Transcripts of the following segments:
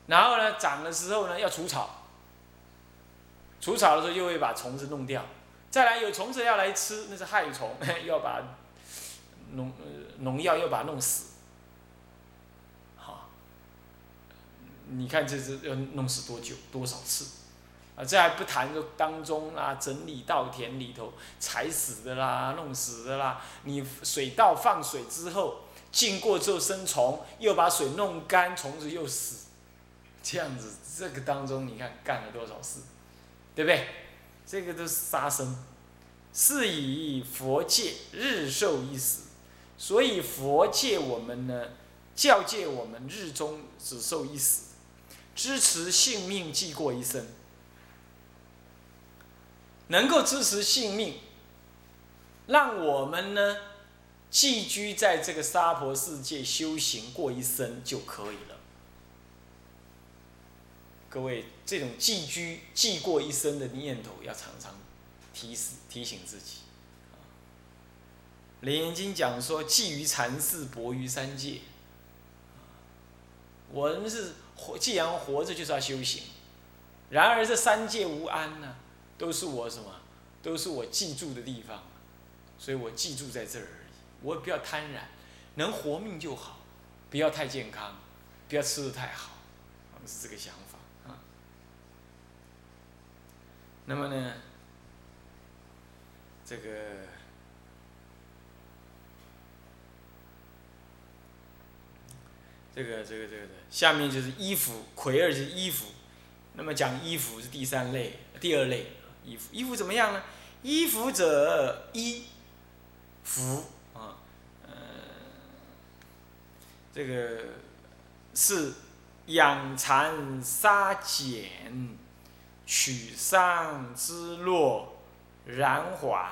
然后呢，长的时候呢要除草，除草的时候又会把虫子弄掉，再来有虫子要来吃，那是害虫，又要把农药又把它弄死，好，你看这是要弄死多久，多少次？啊，这还不谈个当中啦，整理稻田里头踩死的啦，弄死的啦，你水稻放水之后，浸过之后生虫，又把水弄干，虫子又死，这样子，这个当中你看干了多少事，对不对？这个都是杀生，是以佛戒日受一死，所以佛戒我们呢，教戒我们日中只受一死，支持性命既过一生。能够支持性命，让我们呢寄居在这个娑婆世界修行过一生就可以了。各位，这种寄过一生的念头要常常提醒自己。《楞严经》讲说，寄于禅寺，泊于三界。我们是既然活着就是要修行，然而这三界无安呢、都是我什么？都是我记住的地方，所以我记住在这儿而已。我也不要贪婪，能活命就好，不要太健康，不要吃得太好，是这个想法啊。那么呢，这个下面就是衣服，魁二就是衣服。那么讲衣服是第二类。衣服怎么样呢？衣服者，衣服啊，这个是养蚕杀茧，取桑织络，染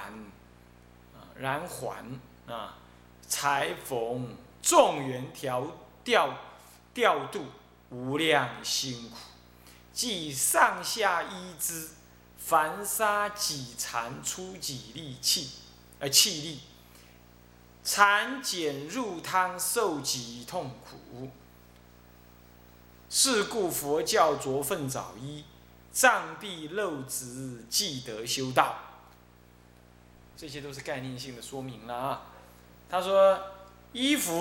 环啊，裁缝众缘调度，无量辛苦，即上下衣之。凡杀己蚕出己气力，蚕茧入汤受己痛苦。是故佛教着粪早衣，障蔽漏质，即得修道。这些都是概念性的说明了啊。他说，衣服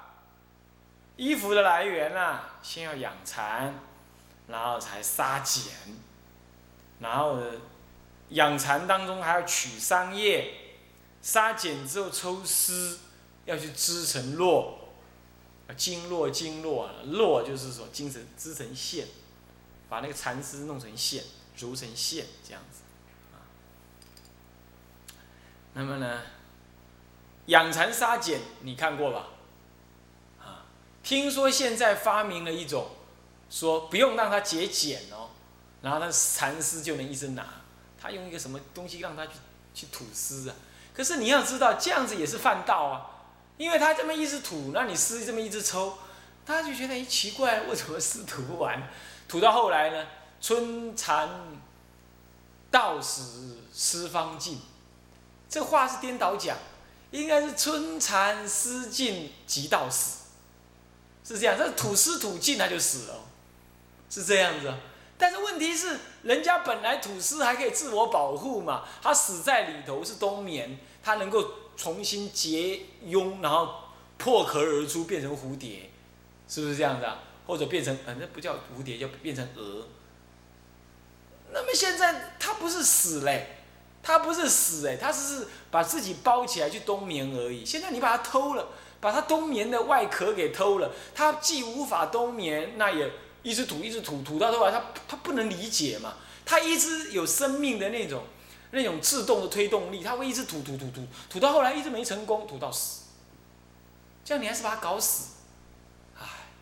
的来源啊，先要养蚕，然后才杀茧。然后呢，养蚕当中还要取桑叶，杀茧之后抽丝，要去织成络，经络，络就是说织成线，把那个蚕丝弄成线，揉成线这样子。那么呢，养蚕杀茧你看过吧？听说现在发明了一种，说不用让它结茧哦。然后他蚕丝就能一直拿，他用一个什么东西让他去吐丝啊？可是你要知道，这样子也是犯道啊，因为他这么一直吐，那你丝这么一直抽，他就觉得奇怪，为什么丝吐不完？吐到后来呢，春蚕到死丝方尽，这话是颠倒讲，应该是春蚕丝尽即到死，是这样，这吐丝吐尽他就死了，是这样子啊。但是问题是，人家本来吐丝还可以自我保护嘛，它死在里头是冬眠，它能够重新结蛹，然后破壳而出变成蝴蝶，是不是这样子啊？或者变成那不叫蝴蝶，叫变成蛾。那么现在它不是死嘞，它只是把自己包起来去冬眠而已。现在你把它偷了，把它冬眠的外壳给偷了，它既无法冬眠，那也。一直吐到后来，他不能理解嘛，他一直有生命的那种自动的推动力，他会一直吐到后来一直没成功，吐到死，这样你还是把他搞死，哎，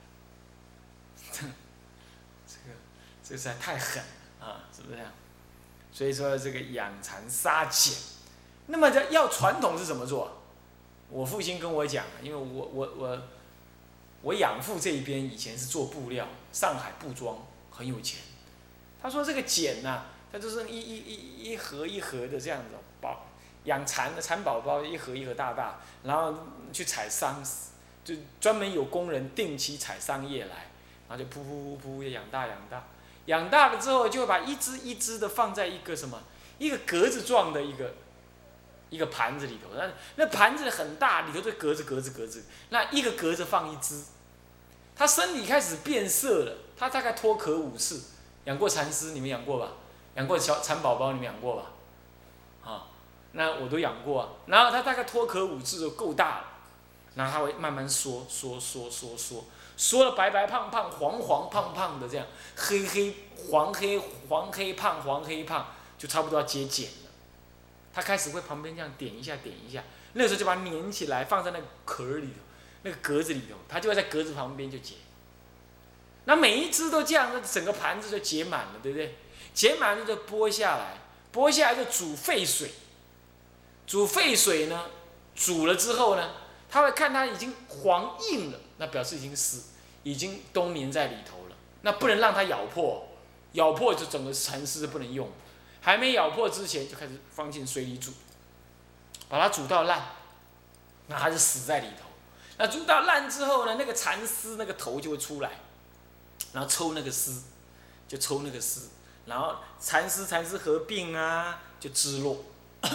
这个实在太狠了啊，是不是这样？所以说这个养蚕杀茧，那么要传统是怎么做？我父亲跟我讲，因为我养父这一边以前是做布料，上海布庄很有钱。他说这个茧呐，它就是一盒一盒的这样子包，养蚕的蚕宝宝一盒一盒大，然后去采桑，就专门有工人定期采桑叶来， 然后就噗养大，养大了之后就会把一只一只的放在一个什么一个格子状的一个盘子里头，那盘子很大，里头就格子，那一个格子放一只，它身体开始变色了，它大概脱壳5次。养过蚕丝，你们养过吧？养过小蚕宝宝，你们养过吧？啊，那我都养过啊。然后它大概脱壳5次就够大了，然后它会慢慢缩了白胖黄的这样，黄黑胖，就差不多要接茧了。它开始会旁边这样点一下，那个时候就把它粘起来，放在那个壳里头，那个格子里头，它就会在格子旁边就结。那每一只都这样，整个盘子就结满了，对不对？结满了就剥下来就煮沸水。煮沸水呢，煮了之后呢，他会看它已经黄硬了，那表示已经冬眠在里头了。那不能让它咬破，咬破就整个蚕丝不能用。还没咬破之前就开始放进水里煮，把它煮到烂，那它就死在里头。那煮到烂之后呢，那个蚕丝那个头就会出来。然后抽那个丝，然后蚕丝合并啊，就织落，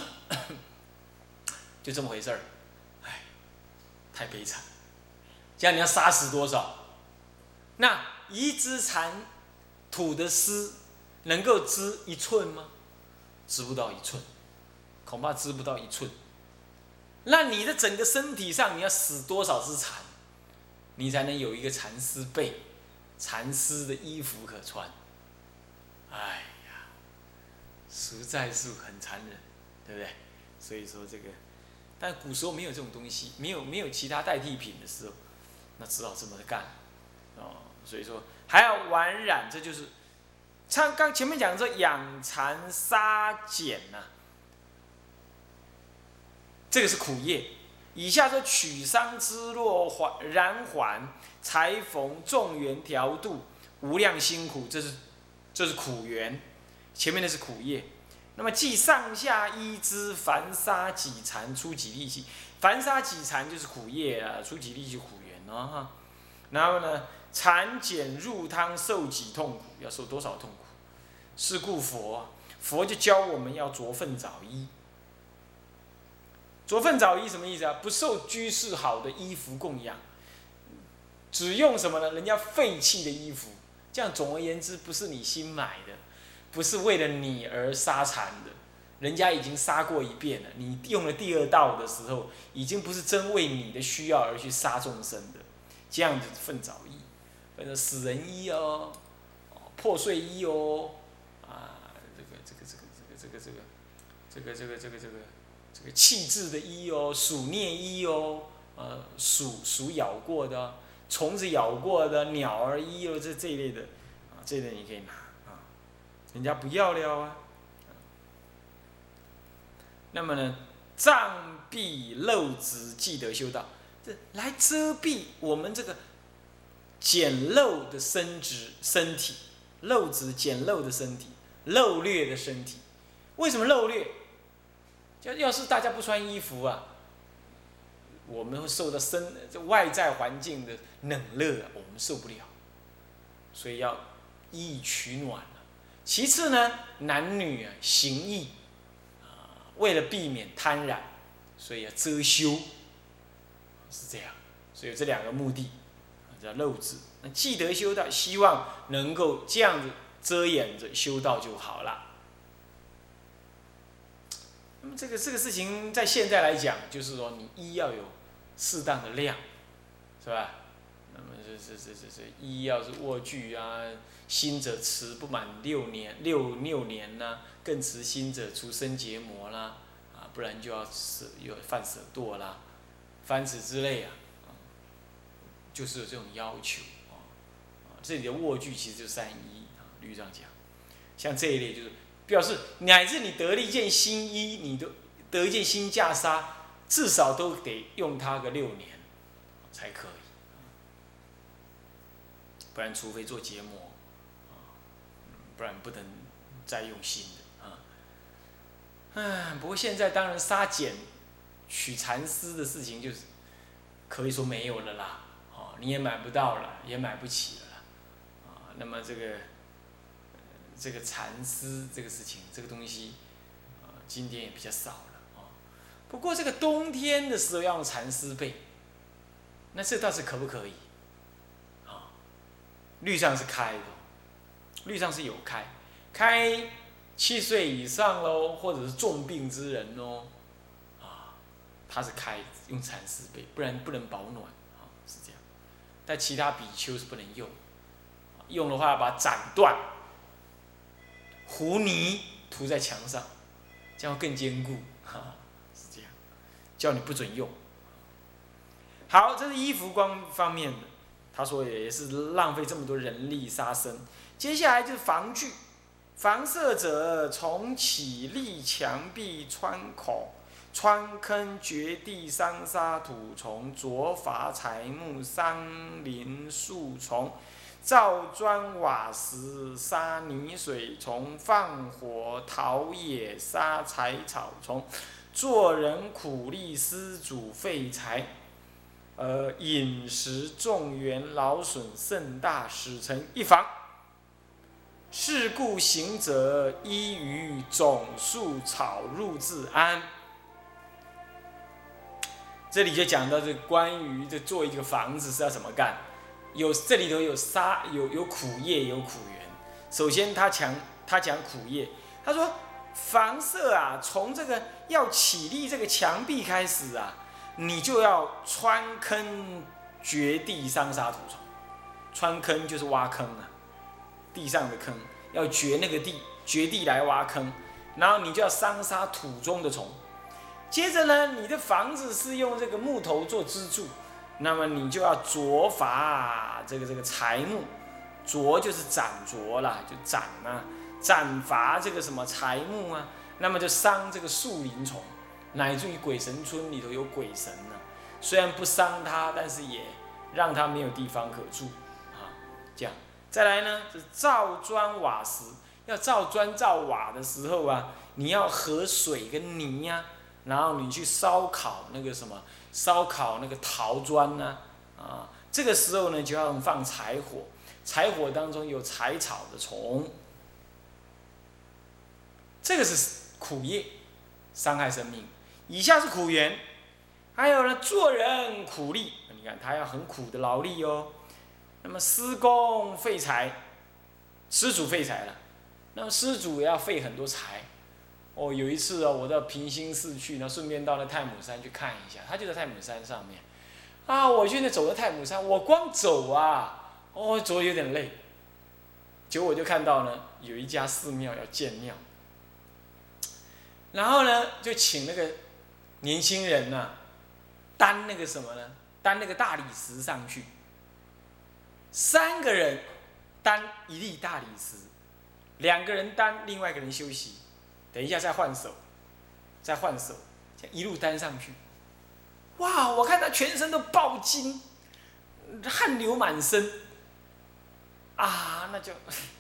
就这么回事儿。哎，太悲惨。这样你要杀死多少？那一只蚕吐的丝能够织1寸吗？织不到1寸，恐怕织不到1寸。那你的整个身体上你要死多少只蚕，你才能有一个蚕丝被？蚕丝的衣服可穿，哎呀，实在是很残忍，对不对？所以说这个，但古时候没有这种东西，没有其他代替品的时候，那只好这么干，哦，所以说还要完染，这就是刚前面讲说养蚕杀茧呐，这个是苦业。以下说取桑织络染缓裁缝种园调度无量辛苦，这是苦缘，前面的是苦业。那么即上下依之，凡杀己蚕，出己利息。凡杀己蚕就是苦业啊，出己利息苦缘哦。然后呢，蚕茧入汤受己痛苦，要受多少痛苦？是故佛就教我们要着粪早衣。着粪早衣什么意思啊？不受居士好的衣服供养，只用什么呢？人家废弃的衣服。这样总而言之，不是你新买的，不是为了你而杀蚕的，人家已经杀过一遍了。你用了第2道的时候，已经不是真为你的需要而去杀众生的。这样子粪早衣，或者死人衣哦，破碎衣哦，啊，这个气质的衣哦，鼠啮衣哦，鼠咬过的，虫子咬过的，鸟儿衣哦，这一类的，啊，这一类你可以拿啊，人家不要了啊。那么呢，障蔽漏子，既得修道，这来遮蔽我们这个简陋的身体，漏子简陋的身体，漏劣的身体。为什么漏劣？要是大家不穿衣服啊，我们会受到外在环境的冷热，我们受不了，所以要衣以取暖。其次呢，男女啊行义为了避免贪染，所以要遮羞，是这样。所以这2个目的叫漏子。那既得修道，希望能够这样子遮掩着修道就好了。那么这个事情在现在来讲，就是说你衣要有适当的量，是吧？那么这衣要是莴苣啊，新者持不满6年呐，更持新者除生结膜啦，啊，不然就要有犯舍堕啦，番子之类啊，就是有这种要求啊。这里的莴苣其实就是3衣啊，律上讲，像这一类就是。表示乃至你得了一件新衣，你都得一件新袈裟，至少都得用它个6年才可以，不然除非做结膜，不然不能再用新的啊。不过现在当然杀茧、取蚕丝的事情就是可以说没有了啦，你也买不到了，也买不起了啦， 那么这个蚕丝这个事情，这个东西，今天也比较少了啊。不过这个冬天的时候要用蚕丝被，那这倒是可不可以？啊，律上是开的，律上是有开7岁以上喽，或者是重病之人哦，啊，他是开用蚕丝被，不然不能保暖啊，是这样。但其他比丘是不能用，用的话要把它斩断，糊泥涂在墙上，这样会更坚固，是这样，叫你不准用。好，这是衣服方面的，他说也是浪费这么多人力杀生。接下来就是防具，房舍者，从起立墙壁穿孔、穿坑、掘地、桑沙土虫、啄伐材木、桑林树丛、造砖瓦石、杀泥水虫、放火陶冶、杀柴草虫、做人苦力、施主废材。饮食众缘劳损甚大，使成一房。是故行者依于种树草入自安。这里就讲到这关于这做一个房子是要怎么干，这里头有苦业有苦缘。首先他讲苦业，他说房舍啊，从这个要起立这个墙壁开始啊，你就要穿坑、掘地、桑沙土虫。穿坑就是挖坑啊，地上的坑要掘那个地，掘地来挖坑，然后你就要桑沙土中的虫。接着呢，你的房子是用这个木头做支柱，那么你就要啄伐这个材木，啄就是斩啄啦，就斩啊，斩伐这个什么材木啊，那么就伤这个树林虫，乃至于鬼神村里头有鬼神啊，虽然不伤它，但是也让它没有地方可住啊，这样。再来呢，是造砖瓦石，要造砖造瓦的时候啊，你要和水跟泥呀、然后你去烧烤那个陶砖呐、这个时候呢就要放柴火，柴火当中有柴草的虫，这个是苦业，伤害生命。以下是苦缘，还有呢，做人苦力，你看他要很苦的劳力哦。那么施工废材，施主废材了，那么施主也要废很多柴。哦，有一次哦，我到平兴寺去，然后顺便到那太姥山去看一下，他就在太姥山上面。啊，我去那走到太姥山，我光走啊，走得有点累。结果我就看到呢，有一家寺庙要建庙，然后呢，就请那个年轻人呐、担那个什么呢？担那个大理石上去。3个人担1粒大理石，2个人担，另外1个人休息，等一下再换手，这样一路担上去。哇！我看他全身都爆筋，汗流满身，那就，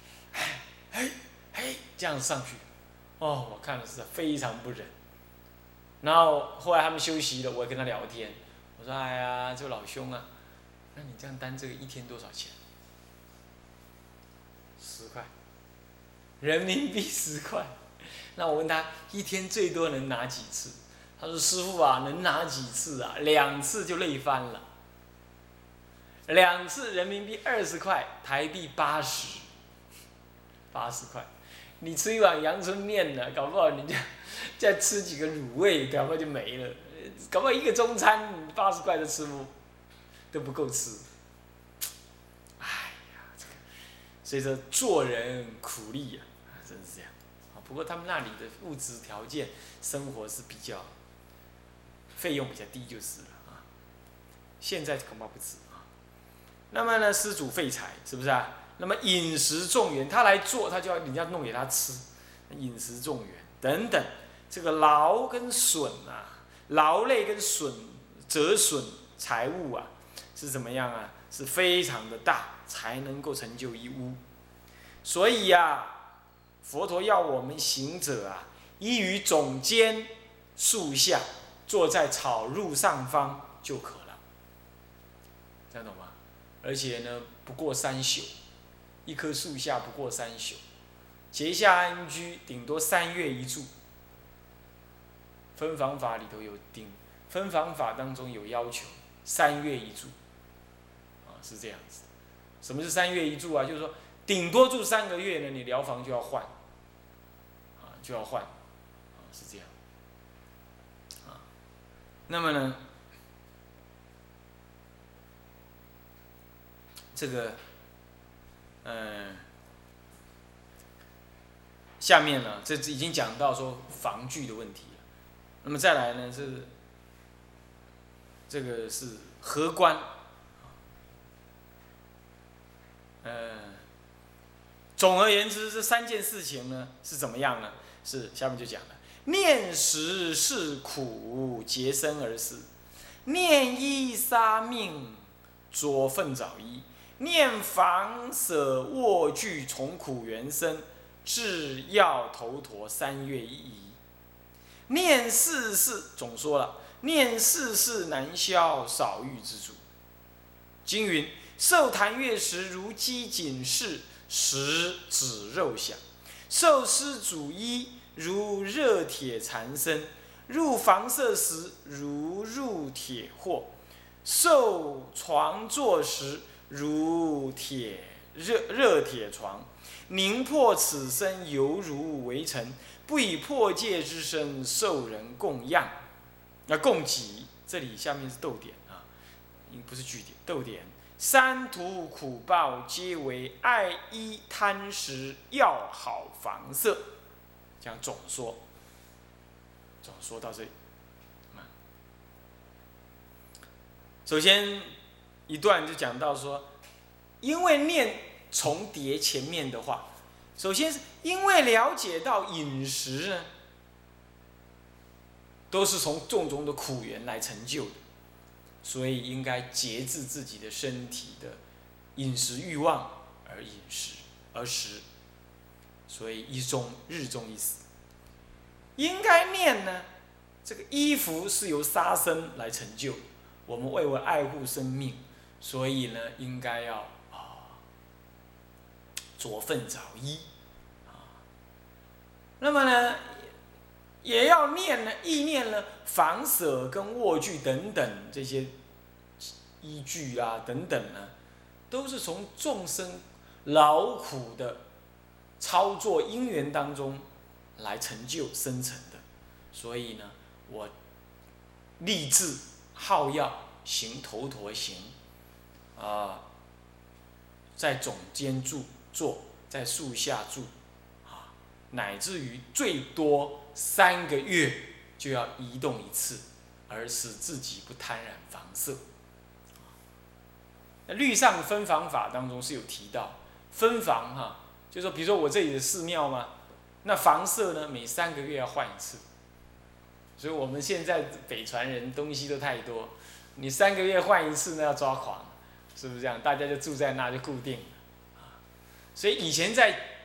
这样上去，我看了是非常不忍。然后后来他们休息了，我也跟他聊天，我说：“哎呀，这位老兄啊。”那你这样担这个1天多少钱？10块，人民币10块。那我问他1天最多能拿几次？他说：“师父啊，能拿几次啊？2次就累翻了。2次人民币20块，台币80块。你吃一碗阳春面呢，搞不好你再吃几个卤味，搞不好就没了。搞不好一个中餐你80块都不够吃。哎呀，所以说做人苦力啊，真是这样。不过他们那里的物质条件，生活是比较费用比较低就是了啊。现在恐怕不止啊。那么呢，施主废材是不是啊？那么饮食众缘，他来做，他就要人家弄给他吃，饮食众缘等等，这个劳跟损啊，劳累跟折损财物啊。是怎么样啊？是非常的大，才能够成就一屋。所以呀，佛陀要我们行者啊，依于种间树下，坐在草褥上方就可了。这样懂吗？而且呢，不过3宿， 一棵树下不过3宿，结下安居顶多3月1住。分房法里头有分房法当中有要求，3月1住，是这样子。什么是3月1住啊？就是说顶多住3个月呢，你疗房就要换，就要换，是这样。那么呢，这个，下面呢，这已经讲到说房具的问题了。那么再来呢是，这个是荷官，总而言之，这3件事情呢是怎么样呢？是下面就讲了：念食是苦，结身而死；念衣杀命，着粪早衣；念房舍卧具，从苦原生；制药头陀，3月1移。念世事，总说了，念世事难消，少欲之主。经云：受痰月时，如饥馑视，食指肉响；受湿煮衣，如热铁缠身；入房舍时，如入铁惑；受床坐时，如热铁床。宁破此身，犹如为尘。不以破戒之身，受人供养，供给。这里下面是逗点啊，不是句点，逗点。三途苦报，皆为爱衣贪食，要好房舍。这样总说到这里。首先一段就讲到说，因为念重叠前面的话。首先是因为了解到饮食呢，都是从种种的苦源来成就的，所以应该节制自己的身体的饮食欲望而食，所以日中一死。应该念呢，这个衣服是由杀生来成就，我们为爱护生命，所以呢，应该要着粪早衣。那么呢，也要念呢，意念呢，房舍跟卧具等等这些依据啊等等呢，都是从众生劳苦的操作因缘当中来成就生成的。所以呢，我立志好要行头陀行，在总间坐，在树下住。乃至于最多3个月就要移动1次，而使自己不贪染房舍。律上分房法当中是有提到，分房就是说，比如说我这里的寺庙嘛，那房舍呢每3个月要换1次。所以我们现在北传人东西都太多，你3个月换1次呢要抓狂，是不是这样？大家就住在那就固定了。所以以前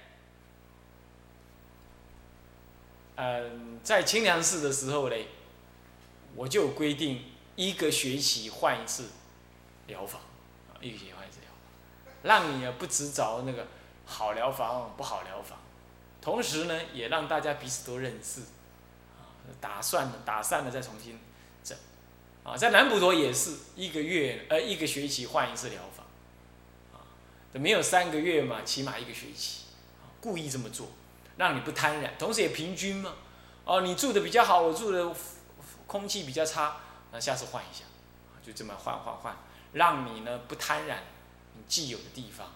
在清凉寺的时候嘞，我就有规定1个学期换1次疗房，1个学期换1次疗房，让你不只找那个好疗房、不好疗房，同时呢，也让大家彼此都认识，打散了再重新整，在南普陀也是1个学期换1次疗房，没有3个月嘛，起码1个学期，故意这么做。让你不贪染，同时也平均嘛。你住的比较好，我住的空气比较差，那下次换一下，就这么换，让你呢不贪染你既有的地方。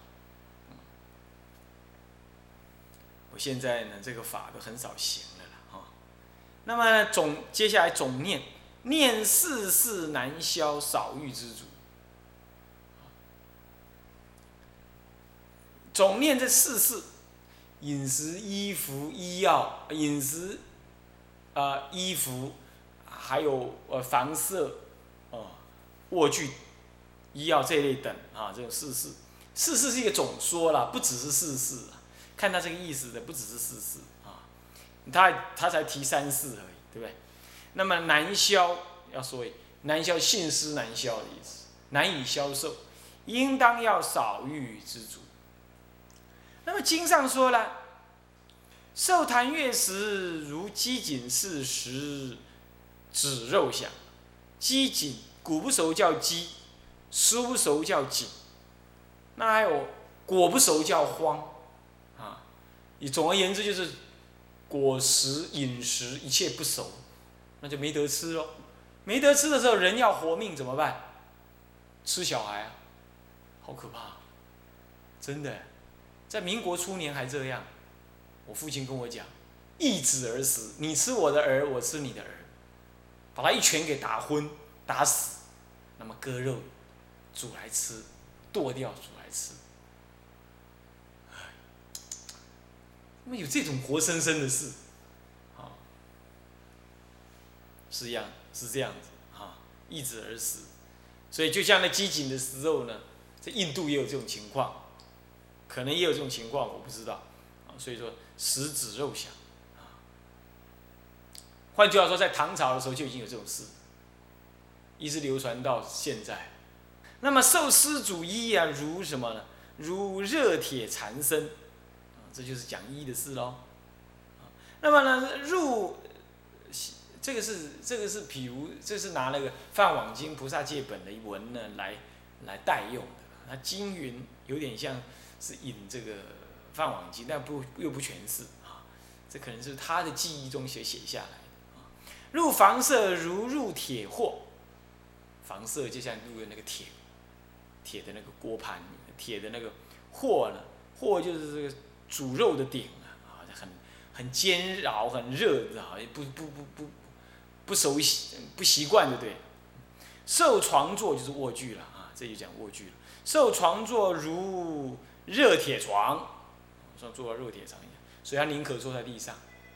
我现在呢这个法都很少行了啦，那么接下来总念世事难消，少欲之主。总念这4事。饮食、衣服、医药、饮食、衣服，还有房舍、卧具、医药这一类等这种4事。4事是一个总说啦，不只是4事啊。看他这个意思的，不只是4事啊，他才提3事而已，对不对？那么难消，要说难消，信施难消的意思，难以消受，应当要少欲之主。 么经上说了，受痰月时，如鸡颈似食，指肉想。鸡颈骨不熟叫鸡，食不熟叫颈，那还有果不熟叫荒，啊，总而言之就是果实饮食一切不熟，那就没得吃咯。没得吃的时候，人要活命怎么办？吃小孩啊，好可怕，真的，在民国初年还这样。我父亲跟我讲，易子而死，你吃我的儿，我吃你的儿，把他一拳给打昏、打死，那么割肉煮来吃，剁掉煮来吃。怎么有这种活生生的事？啊，是这样子啊，易子而死。所以就像那鸡颈的食肉呢，在印度也有这种情况，可能也有这种情况，我不知道。所以说食指肉想，换句话说，在唐朝的时候就已经有这种事，一直流传到现在。那么受施主衣啊，如什么呢？如热铁缠身，这就是讲衣的事喽。那么呢，这个是比如这是拿那个《梵网经·菩萨戒本》的一文呢来代用的。那经云有点像是引这个。梵网经，但又不全是啊，这可能是他的记忆中写下来的啊。入房舍如入铁货，房舍就像入了那个铁的那个锅盘，铁的那个货呢，货就是这个煮肉的鼎啊，很煎熬，很热啊，不熟悉不习惯，对不对？受床坐就是卧具了啊，这就讲卧具了。受床坐如热铁床。坐到肉铁上一样，所以他宁可坐在地上。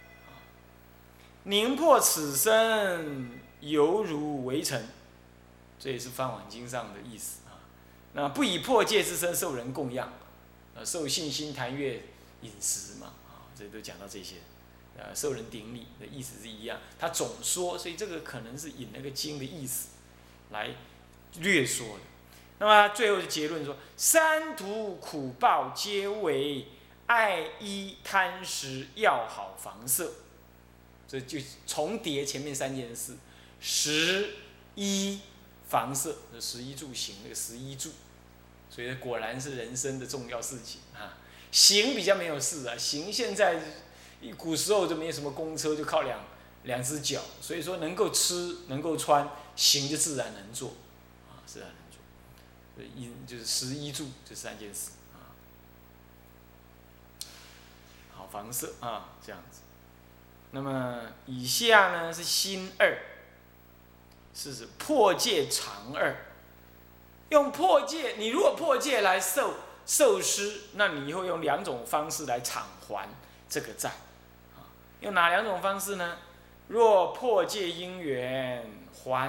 宁破此身，犹如围城，这也是《梵网经》上的意思啊。那不以破戒之身受人供养，受信心檀越饮食嘛，啊，这都讲到这些，受人顶礼的意思是一样。他总说，所以这个可能是引那个经的意思来略说的。那么最后的结论说：三途苦报皆为。爱衣贪食要好房舍，这就重叠前面三件事：食、衣、房舍，食衣住行那个食衣住，所以果然是人生的重要事情啊。行比较没有事啊，行现在古时候就没有什么公车，就靠两只脚，所以说能够吃能够穿，行就自然能做，啊，自然能做。所以衣就是食衣住这三件事。房舍啊，这样子。那么以下呢是心二，是指破戒常二。用破戒，你如果破戒来受施，那你以后用两种方式来偿还这个债。用哪两种方式呢？若破戒因缘，还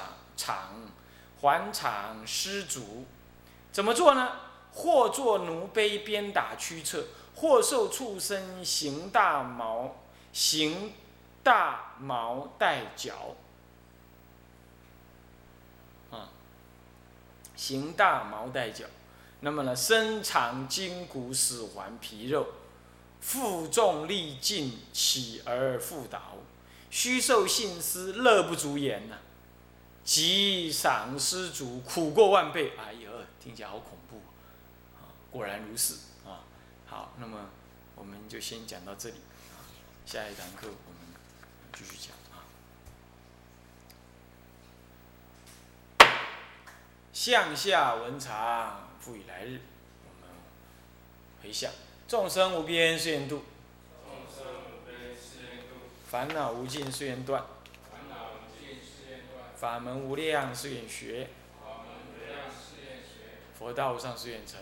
偿施主，怎么做呢？或作奴婢鞭打驱策。或受畜生行大毛带脚，行大毛带脚。那么呢，身长筋骨，使还皮肉，负重力尽，起而复倒。虚受信施，乐不足言呐、即赏施主，苦过万倍。哎呦，听起来好恐怖啊！果然如是。好，那么我们就先讲到这里，下一堂课我们继续讲向下文长，复以来日。我们回向：众生无边誓愿度，烦恼无尽誓愿断，法门无量誓愿学，佛道无上誓愿成。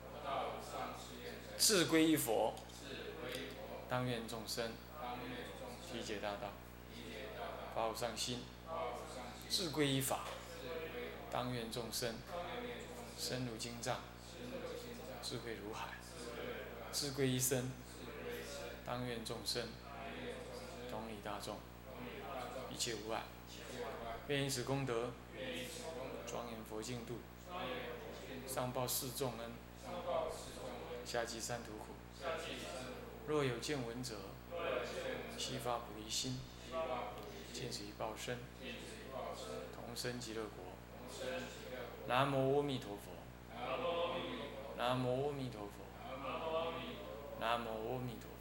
志归一佛，当愿众生理解大道，发无上心；志归一法，当愿众生深入经藏，智慧如海；志归一生，当愿众生同理大众，一切无碍。愿以此功德，庄严佛净土，上报四重恩，下济三途苦。 若有见闻者，悉发菩提心，尽此一报身，同生极乐国。南无阿弥陀佛。南无阿弥陀佛。南无阿弥陀佛。